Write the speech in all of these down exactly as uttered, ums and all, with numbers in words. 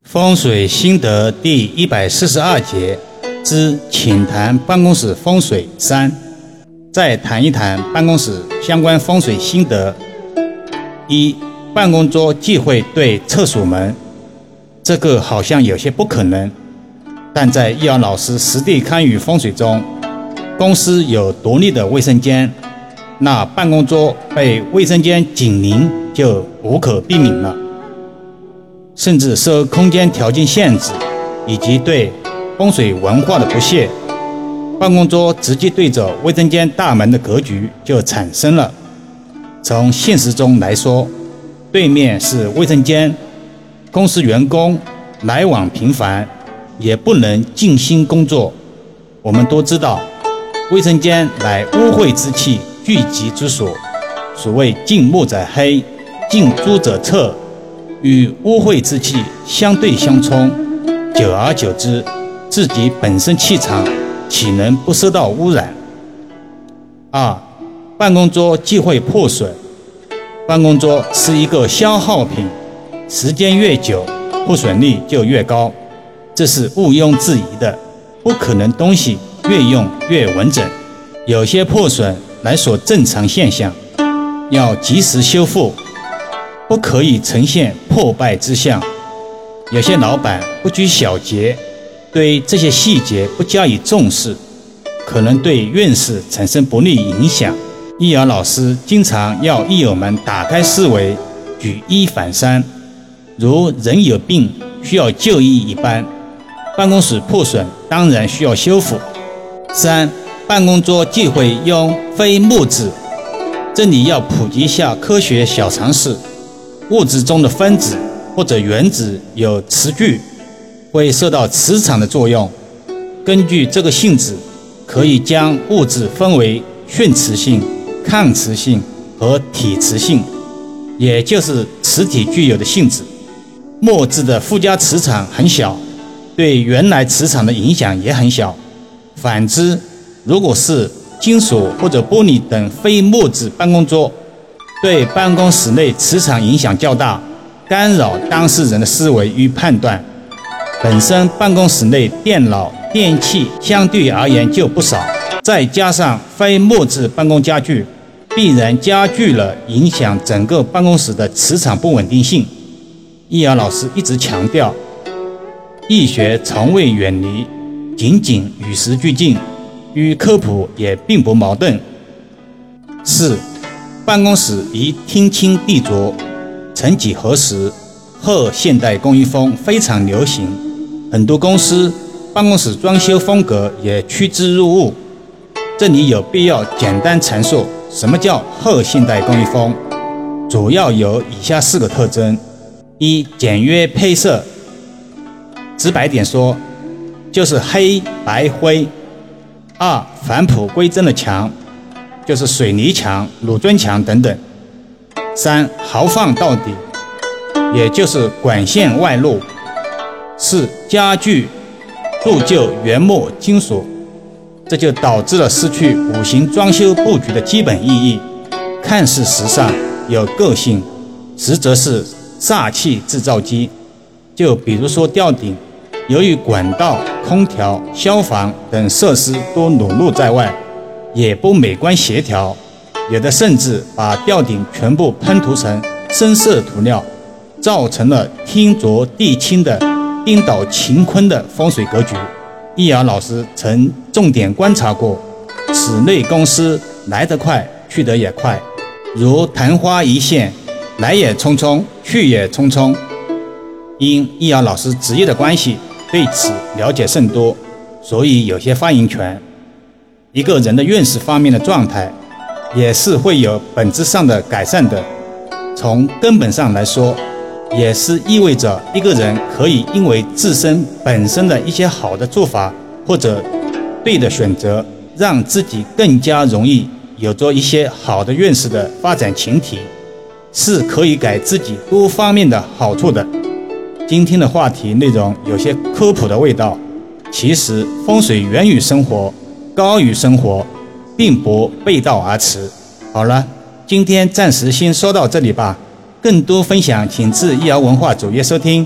风水心得第一百四十二节之请谈办公室风水三，再谈一谈办公室相关风水心得。一、办公桌忌讳对厕所门，这个好像有些不可能，但在易遥老师实地堪舆风水中，公司有独立的卫生间，那办公桌被卫生间紧邻就无可避免了。甚至受空间条件限制以及对风水文化的不屑，办公桌直接对着卫生间大门的格局就产生了。从现实中来说，对面是卫生间，公司员工来往频繁，也不能静心工作。我们都知道，卫生间乃污秽之气聚集之所，所谓近墨者黑，近朱者赤，与污秽之气相对相冲，久而久之，自己本身气场岂能不受到污染？二、办公桌忌讳破损。办公桌是一个消耗品，时间越久，破损率就越高，这是毋庸置疑的，不可能东西越用越完整，有些破损乃属正常现象，要及时修复，不可以呈现破败之象。有些老板不拘小节，对这些细节不加以重视，可能对运势产生不利影响。易遥老师经常要易友们打开思维，举一反三，如人有病需要就医一般，办公室破损当然需要修复。三、办公桌忌讳用非木质，这里要普及一下科学小常识。物质中的分子或者原子有磁矩，会受到磁场的作用。根据这个性质，可以将物质分为迅磁性、抗磁性和体磁性，也就是磁体具有的性质。墨质的附加磁场很小，对原来磁场的影响也很小。反之，如果是金属或者玻璃等非墨质办公桌，对办公室内磁场影响较大，干扰当事人的思维与判断。本身办公室内电脑、电器相对而言就不少，再加上非墨质办公家具，必然加剧了影响整个办公室的磁场不稳定性。易遥老师一直强调，易学从未远离，仅仅与时俱进，与科普也并不矛盾。四、办公室宜厅清地浊。曾几何时，后现代工艺风非常流行，很多公司办公室装修风格也趋之若鹜。这里有必要简单阐述什么叫后现代工艺风，主要有以下四个特征：一、简约配色，直白点说就是黑白灰；二、返璞归真的墙，就是水泥墙、乳砖墙等等；三、豪放到底，也就是管线外露；四、家具铸就原木金属，这就导致了失去五行装修布局的基本意义，看似时尚有个性，实则是煞气制造机。就比如说吊顶，由于管道、空调、消防等设施都裸露在外，也不美观协调，有的甚至把吊顶全部喷涂成深色涂料，造成了天浊地清的颠倒乾坤的风水格局。易遥老师曾重点观察过，此类公司来得快，去得也快，如昙花一现，来也匆匆，去也匆匆。因易遥老师职业的关系，对此了解甚多，所以有些发言权。一个人的运势方面的状态，也是会有本质上的改善的。从根本上来说，也是意味着一个人可以因为自身本身的一些好的做法或者对的选择，让自己更加容易有着一些好的运势的发展前提，是可以给自己多方面的好处的。今天的话题内容有些科普的味道，其实风水源于生活，高于生活，并不背道而驰。好了，今天暂时先说到这里吧，更多分享请至易遥文化主页收听，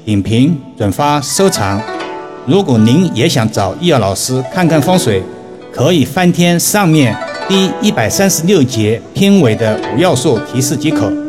点评、转发、收藏。如果您也想找易遥老师看看风水，可以翻添上面第一百三十六节片尾的五要素提示即可。